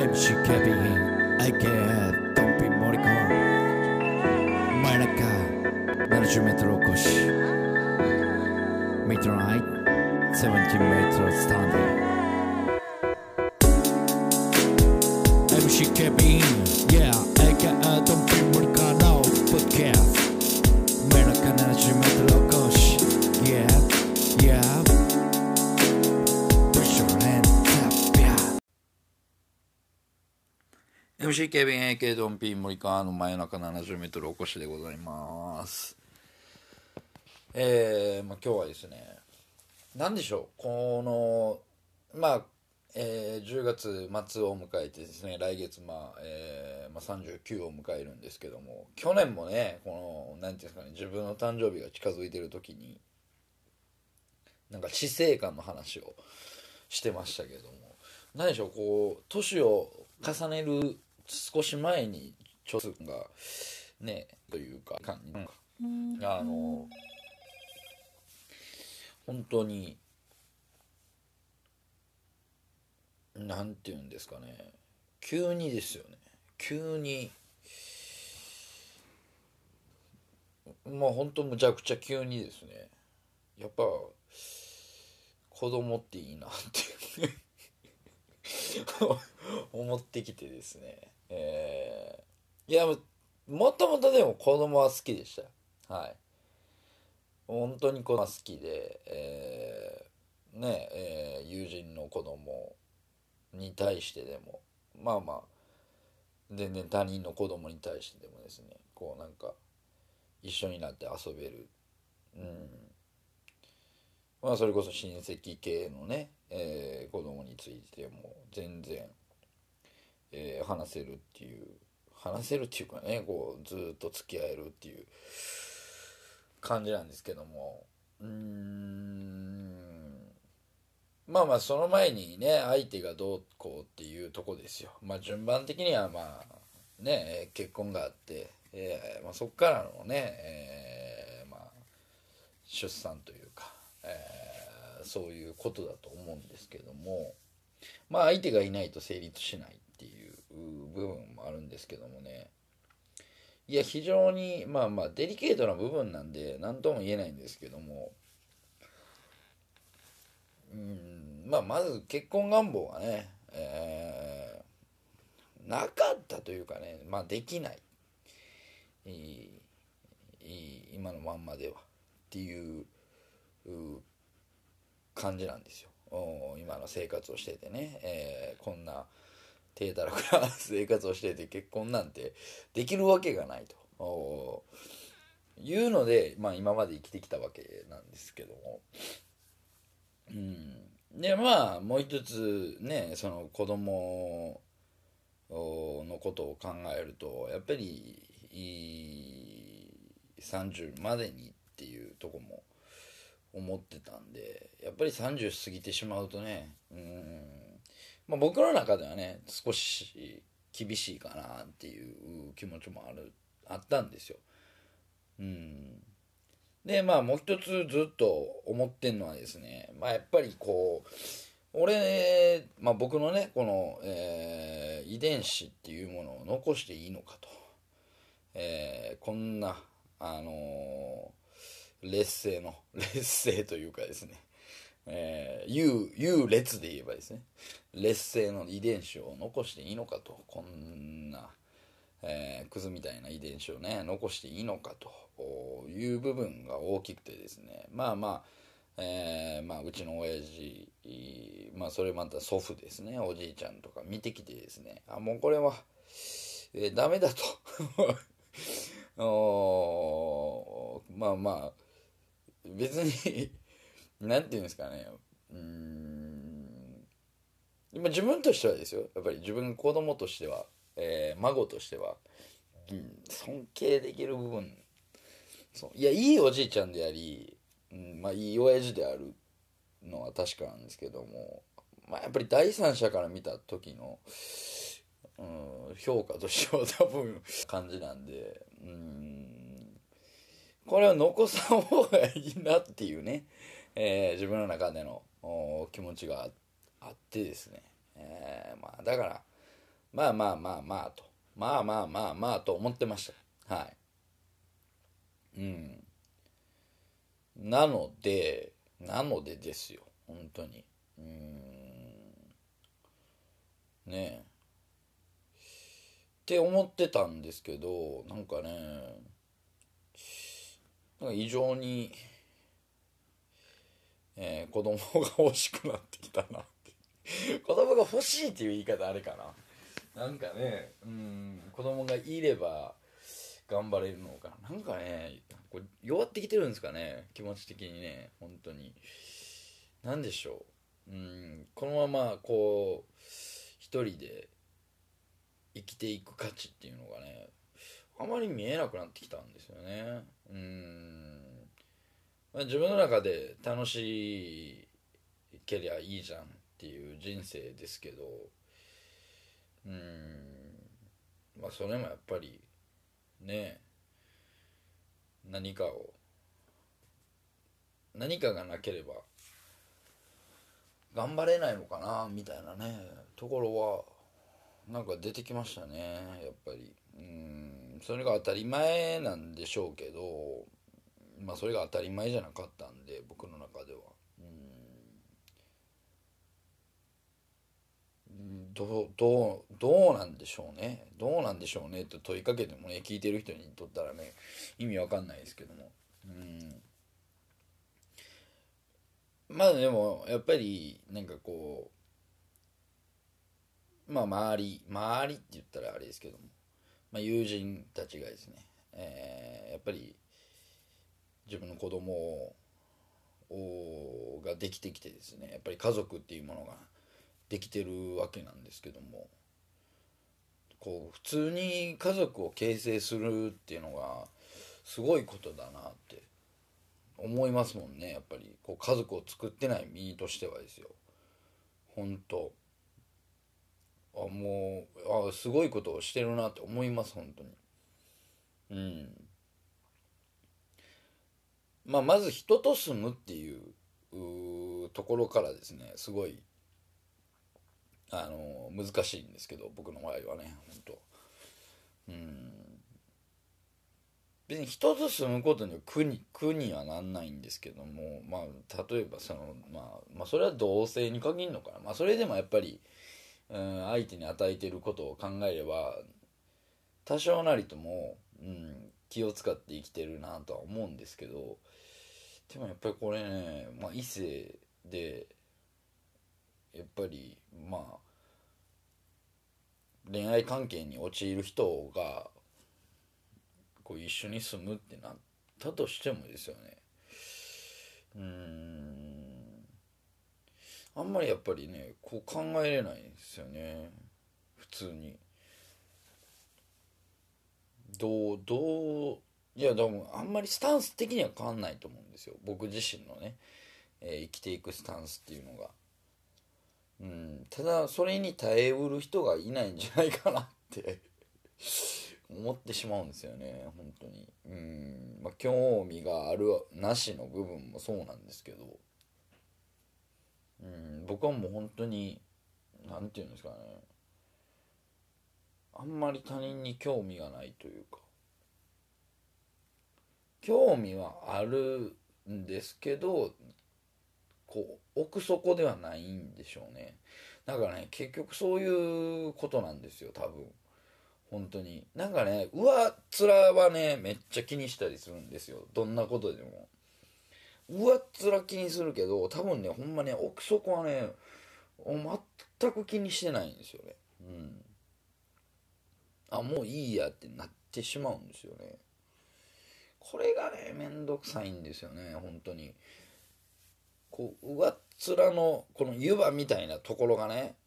MC ケビン I get ドンピンモリコン真夜中70メートル起こしミッドナイト70メートルスタンディング MC ケビン Yeah I get ドンピンモリコンのポッドキャスト真夜中70メートル起こし Yeah Yeah MC ケビン AK ドンピン森川の真夜中70メートルおこしでございます。今日はですね、何でしょう、この10月末を迎えてですね、来月39を迎えるんですけども、去年もね、このなんていうんですかね、自分の誕生日が近づいてる時になんか死生観の話をしてましたけども、何でしょう、こう年を重ねる少し前にちょっとがねというか本当になんていうんですかね、急にですよね、急に本当むちゃくちゃ急にですね、やっぱ子供っていいなって思ってきてですね、いやもともとでも子供は好きでしたよ。はい、本当に子供は好きで、友人の子供に対してでも全然他人の子供に対してでもですね、こうなんか一緒になって遊べる、それこそ親戚系のね、子供についても全然、話せるっていうかね、こうずっと付き合えるっていう感じなんですけども、その前にね、相手がどうこうっていうとこですよ。順番的には結婚があって、そっからのね、出産というか、そういうことだと思うんですけども、相手がいないと成立しないっていう部分もあるんですけどもね、いや非常にデリケートな部分なんで何とも言えないんですけども、まず結婚願望がね、なかったというかね、できない、今のまんまではっていう感じなんですよ。今の生活をしててね、こんな低たらくな生活をしてて結婚なんてできるわけがないというので、今まで生きてきたわけなんですけども、でもう一つね、その子供のことを考えると、やっぱり30までにっていうとこも思ってたんで、やっぱり30過ぎてしまうとね、僕の中ではね少し厳しいかなっていう気持ちもあったんですよ。でもう一つずっと思ってんのはですね、やっぱりこう僕のねこの、遺伝子っていうものを残していいのかと、こんな劣勢というかですね、優劣で言えばですね、劣勢の遺伝子を残していいのかと、こんな、クズみたいな遺伝子をね残していいのかという部分が大きくてですね、うちの親父、それまた祖父ですね、おじいちゃんとか見てきてですね、もうこれは、ダメだと別になんていうんですかね、今自分としてはですよ、やっぱり自分子供としては、孫としては、尊敬できる部分、いやいいおじいちゃんであり、いい親父であるのは確かなんですけども、やっぱり第三者から見た時の、評価としては多分感じなんで、これは残さん方がいいなっていうね、自分の中での気持ちがあってですね、だからまあまあまあまあと、まあまあまあまあと思ってました。はい。うん。なのでですよ。本当に。うーん。ねえ。って思ってたんですけど、なんかね、なんか異常に、子供が欲しくなってきたなって子供が欲しいっていう言い方あれかな。なんかね、子供がいれば頑張れるのかな。なんかね、これ弱ってきてるんですかね、気持ち的にね、本当に。なんでしょう。このままこう、一人で生きていく価値っていうのがね、あまり見えなくなってきたんですよね。まあ、自分の中で楽しけりゃいいじゃんっていう人生ですけど、うーん、まあそれもやっぱりね、何かを、何かがなければ頑張れないのかなみたいなね、ところはなんか出てきましたね、やっぱり。それが当たり前なんでしょうけど、まあそれが当たり前じゃなかったんで、僕の中では。どうなんでしょうね。どうなんでしょうねって問いかけてもね、聞いてる人にとったらね、意味わかんないですけども。まあでも、やっぱり、なんかこまあ周りって言ったらあれですけども、まあ友人たちがですね、やっぱり自分の子供ができてきてですね、やっぱり家族っていうものができてるわけなんですけども、こう普通に家族を形成するっていうのがすごいことだなって思いますもんね。やっぱりこう家族を作ってない身としてはですよ。本当もうすごいことをしてるなって思います本当に。まあまず人と住むっていうところからですね、すごい難しいんですけど、僕の場合はね、本当別に人と住むことには苦にはなんないんですけども、まあ例えばまあそれは同性に限るのかな。まあそれでもやっぱり、相手に与えていることを考えれば多少なりとも、気を使って生きてるなとは思うんですけど、でもやっぱりこれね、まあ異性でやっぱりまあ恋愛関係に陥る人がこう一緒に住むってなったとしてもですよね、うーんあんまりやっぱりねこう考えれないんですよね、普通に。どういやでもあんまりスタンス的には変わんないと思うんですよ、僕自身のね、生きていくスタンスっていうのが。ただそれに耐えうる人がいないんじゃないかなって思ってしまうんですよね、本当に。まあ、興味があるなしの部分もそうなんですけど、僕はもう本当になんて言うんですかね、あんまり他人に興味がないというか、興味はあるんですけど、こう奥底ではないんでしょうね。だからね、結局そういうことなんですよ、多分。本当になんかね、上っ面はねめっちゃ気にしたりするんですよ、どんなことでも。上っ面気にするけど、多分ねほんまね奥底はね全く気にしてないんですよね。もういいやってなってしまうんですよね。これがねめんどくさいんですよね本当に。こう上っ面のこの湯葉みたいなところがね、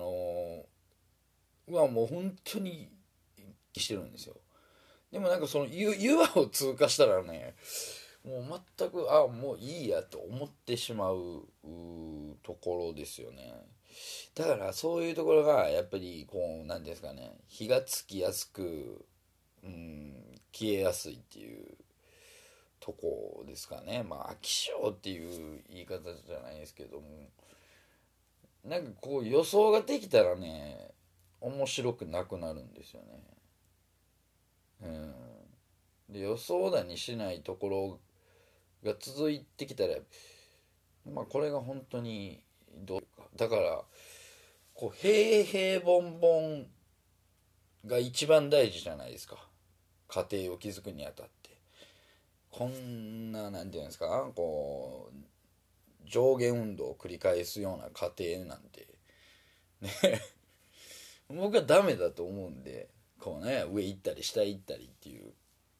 もう本当にしてるんですよ。でもなんかその湯葉を通過したらね、もう全くもういいやと思ってしまうところですよね。だからそういうところがやっぱりこう何ていうんですかね、火がつきやすく、消えやすいっていうとこですかね。まあ飽き性っていう言い方じゃないですけども、なんかこう予想ができたらね面白くなくなるんですよね。で予想だにしないところが続いてきたら、これが本当にどうかだから、こう平々凡々が一番大事じゃないですか、家庭を築くにあたって。こんななんていうんですか、こう上下運動を繰り返すような家庭なんてね僕はダメだと思うんで、こうね、上行ったり下行ったりっていう、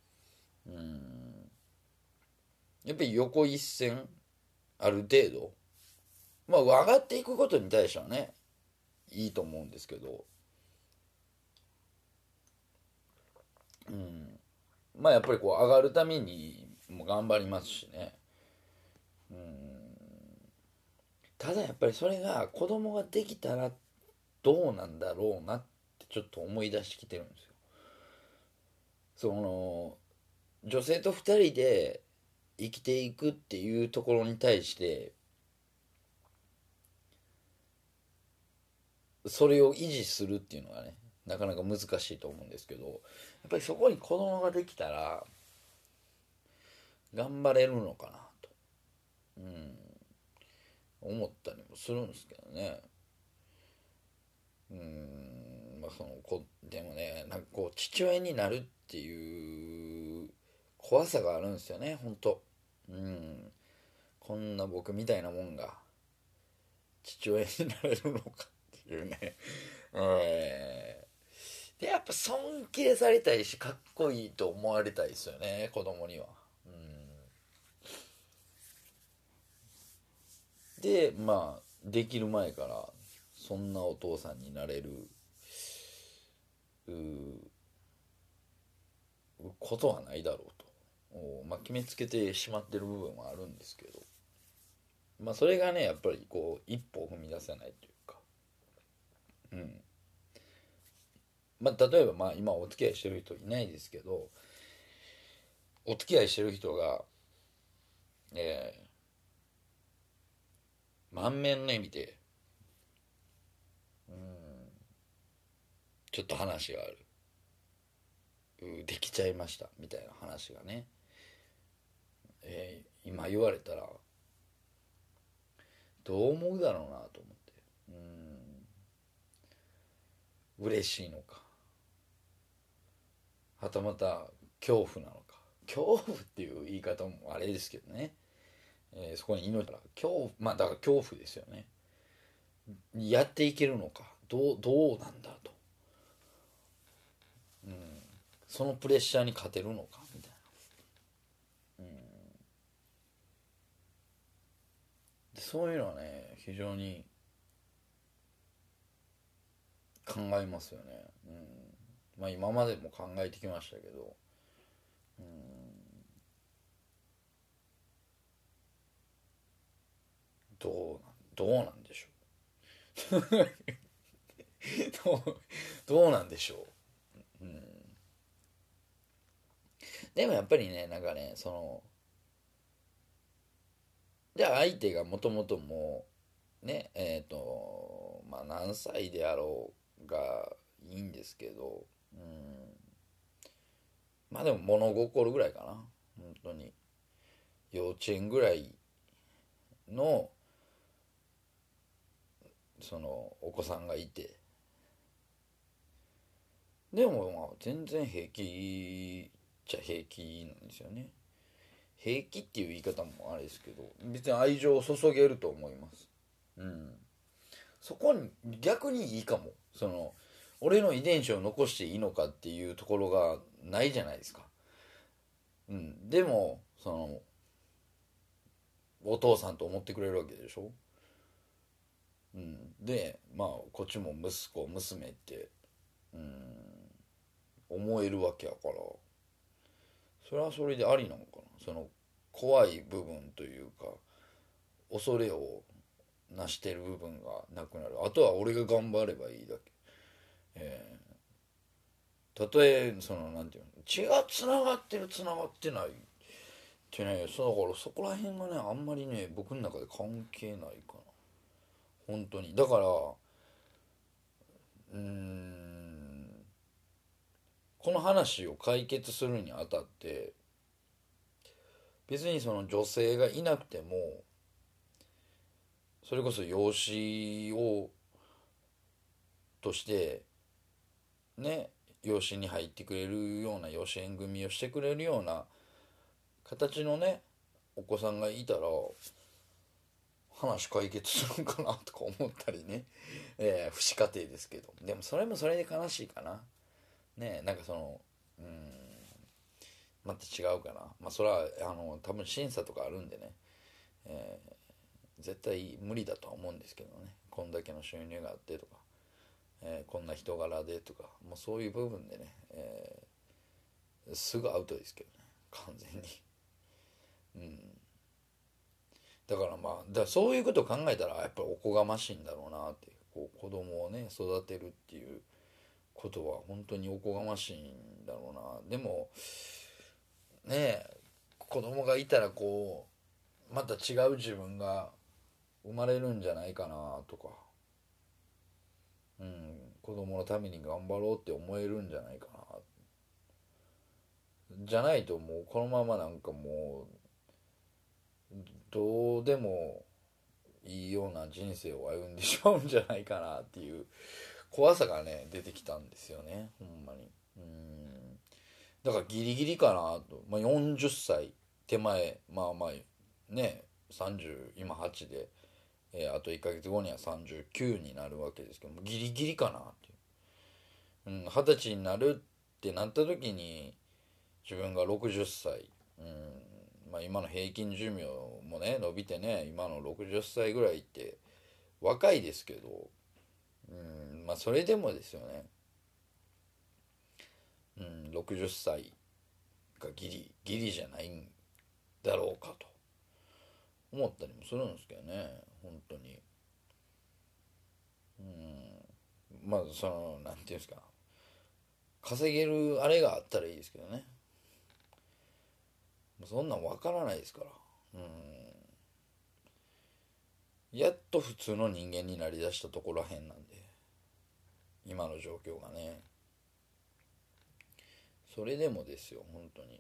やっぱり横一線ある程度、上がっていくことに対してはねいいと思うんですけど、やっぱりこう上がるためにも頑張りますしね。ただやっぱりそれが子供ができたらどうなんだろうなってちょっと思い出してきてるんですよ。その女性と二人で生きていくっていうところに対してそれを維持するっていうのがね、なかなか難しいと思うんですけど、やっぱりそこに子供ができたら頑張れるのかなと思ったりもするんですけどね。その子でもね、なんかこう父親になるっていう怖さがあるんですよね、本当。こんな僕みたいなもんが父親になれるのかっていうね。でやっぱ尊敬されたいし、かっこいいと思われたいですよね、子供には。でできる前からそんなお父さんになれることはないだろうと、決めつけてしまってる部分はあるんですけど、それがねやっぱりこう一歩を踏み出せないというか、例えば今お付き合いしてる人いないですけど、お付き合いしてる人が、え満面の笑みでちょっと話がある、できちゃいましたみたいな話がね、今言われたらどう思うだろうなと思って。嬉しいのか、はたまた恐怖なのか。恐怖っていう言い方もあれですけどね、そこに命から恐怖、だから恐怖ですよね。やっていけるのか、どうなんだと、そのプレッシャーに勝てるのかみたいな。そういうのはね非常に考えますよね。今までも考えてきましたけど、どうなんでしょうどうなんでしょう。でもやっぱりね、なんかね、じゃあ相手がもともともうね、何歳であろうがいいんですけど、でも物心ぐらいかな、本当に幼稚園ぐらいのそのお子さんがいて、でも全然平気じゃ平気なんですよね。平気っていう言い方もあれですけど、別に愛情を注げると思います。そこに逆にいいかも。俺の遺伝子を残していいのかっていうところがないじゃないですか。でもお父さんと思ってくれるわけでしょ。でこっちも息子娘って思えるわけやから、それはそれでありなのかな。怖い部分というか恐れをなしてる部分がなくなる。あとは俺が頑張ればいいだけ。たとえなんていうの、血がつながってるつながってないってね、だからそこら辺がねあんまりね僕の中で関係ないかな、本当に。だからこの話を解決するにあたって別にその女性がいなくてもそれこそ養子をとしてね養子に入ってくれるような養子縁組をしてくれるような形のねお子さんがいたら話解決するんかなとか思ったりね、不死家庭ですけどでもそれもそれで悲しいかなねなんかそのまた違うかなまあそれは多分審査とかあるんでね、絶対無理だとは思うんですけどねこんだけの収入があってとか、こんな人柄でとかもうそういう部分でね、すぐアウトですけどね完全にだからまあだからそういうことを考えたらやっぱりおこがましいんだろうなってこう子供をね育てるっていうことは本当におこがましいんだろうなでもね子供がいたらこうまた違う自分が生まれるんじゃないかなとか、子供のために頑張ろうって思えるんじゃないかなじゃないともうこのままなんかもうどうでもいいような人生を歩んでしまうんじゃないかなっていう怖さがね出てきたんですよねほんまにだからギリギリかなと、まあ、40歳手前まあまあね30今8で、あと1ヶ月後には39になるわけですけどもギリギリかなっていう、20歳になるってなった時に自分が60歳、まあ、今の平均寿命もね伸びてね今の60歳ぐらいって若いですけど、まあそれでもですよね、60歳がギリギリじゃないんだろうかと思ったりもするんですけどね本当にまずそのなんていうんですか稼げるあれがあったらいいですけどねそんなんわからないですからやっと普通の人間になりだしたところらへんなんで今の状況がねそれでもですよ本当に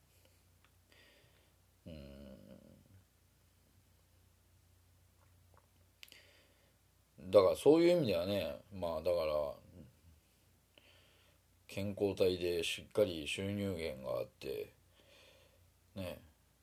だからそういう意味ではねまあだから健康体でしっかり収入源があってね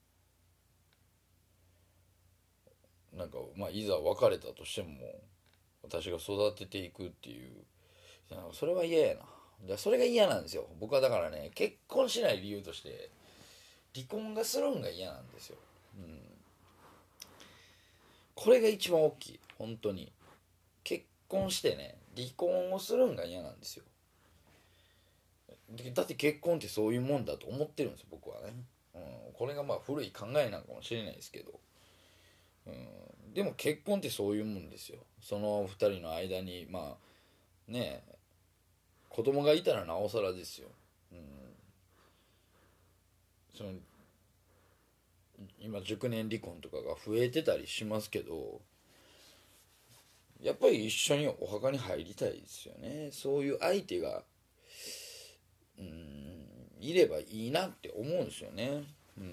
なんかまあいざ別れたとしても私が育てていくっていうそれは嫌やなそれが嫌なんですよ僕はだからね結婚しない理由として離婚がするんが嫌なんですよこれが一番大きい本当に結婚してね離婚をするんが嫌なんですよだって結婚ってそういうもんだと思ってるんですよ僕はね、これがまあ古い考えなのかもしれないですけど、でも結婚ってそういうもんですよその二人の間にまあね子供がいたらなおさらですよ、その今熟年離婚とかが増えてたりしますけどやっぱり一緒にお墓に入りたいですよねそういう相手がいればいいなって思うんですよね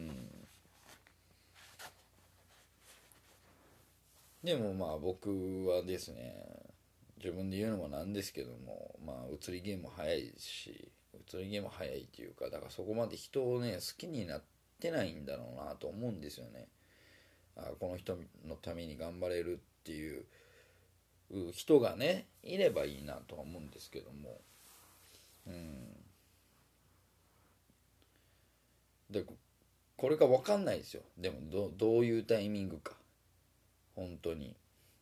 でもまあ僕はですね自分で言うのもなんですけどもまあ移り気も早いですし移り気も早いっていうかだからそこまで人をね好きになってないんだろうなと思うんですよねこの人のために頑張れるっていう人がねいればいいなとは思うんですけどもでこれが分かんないですよでもどういうタイミングか本当に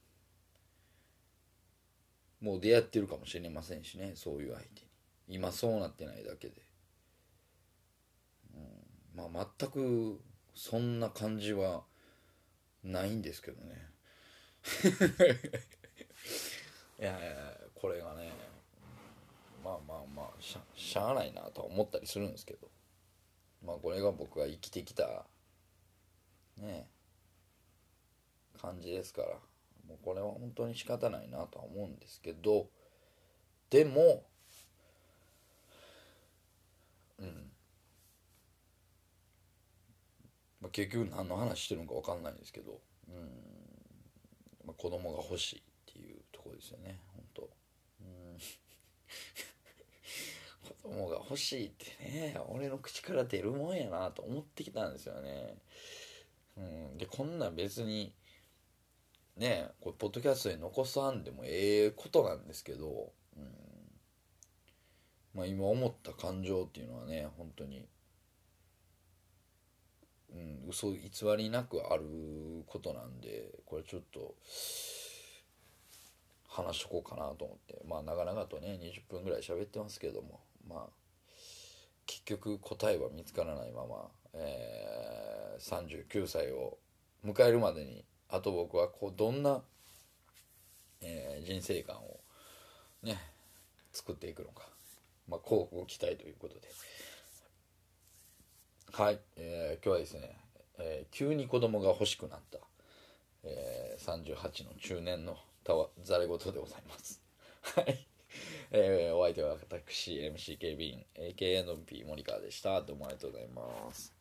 もう出会ってるかもしれませんしねそういう相手に今そうなってないだけでまあ全くそんな感じはないんですけどねいやいやこれがねまあまあまあしゃあないなとは思ったりするんですけどまあこれが僕が生きてきたね感じですからもうこれは本当に仕方ないなとは思うんですけどでも結局何の話してるのか分かんないんですけど、子供が欲しいっていうところですよね本当。子供が欲しいってね、俺の口から出るもんやなと思ってきたんですよね。でこんなん別にねこれポッドキャストに残さんでもええことなんですけど、今思った感情っていうのはね本当に、嘘偽りなくあることなんで、これちょっと話しとこうかなと思って、長々とね20分ぐらい喋ってますけども、結局答えは見つからないまま、39歳を迎えるまでにあと僕はどんな、人生観をね作っていくのか、こうご期待ということで、はい、今日はですね、急に子供が欲しくなった、38の中年のざれ言でございます。はい、お相手は私 MCK ビン AKA の P 森川でした。どうもありがとうございます。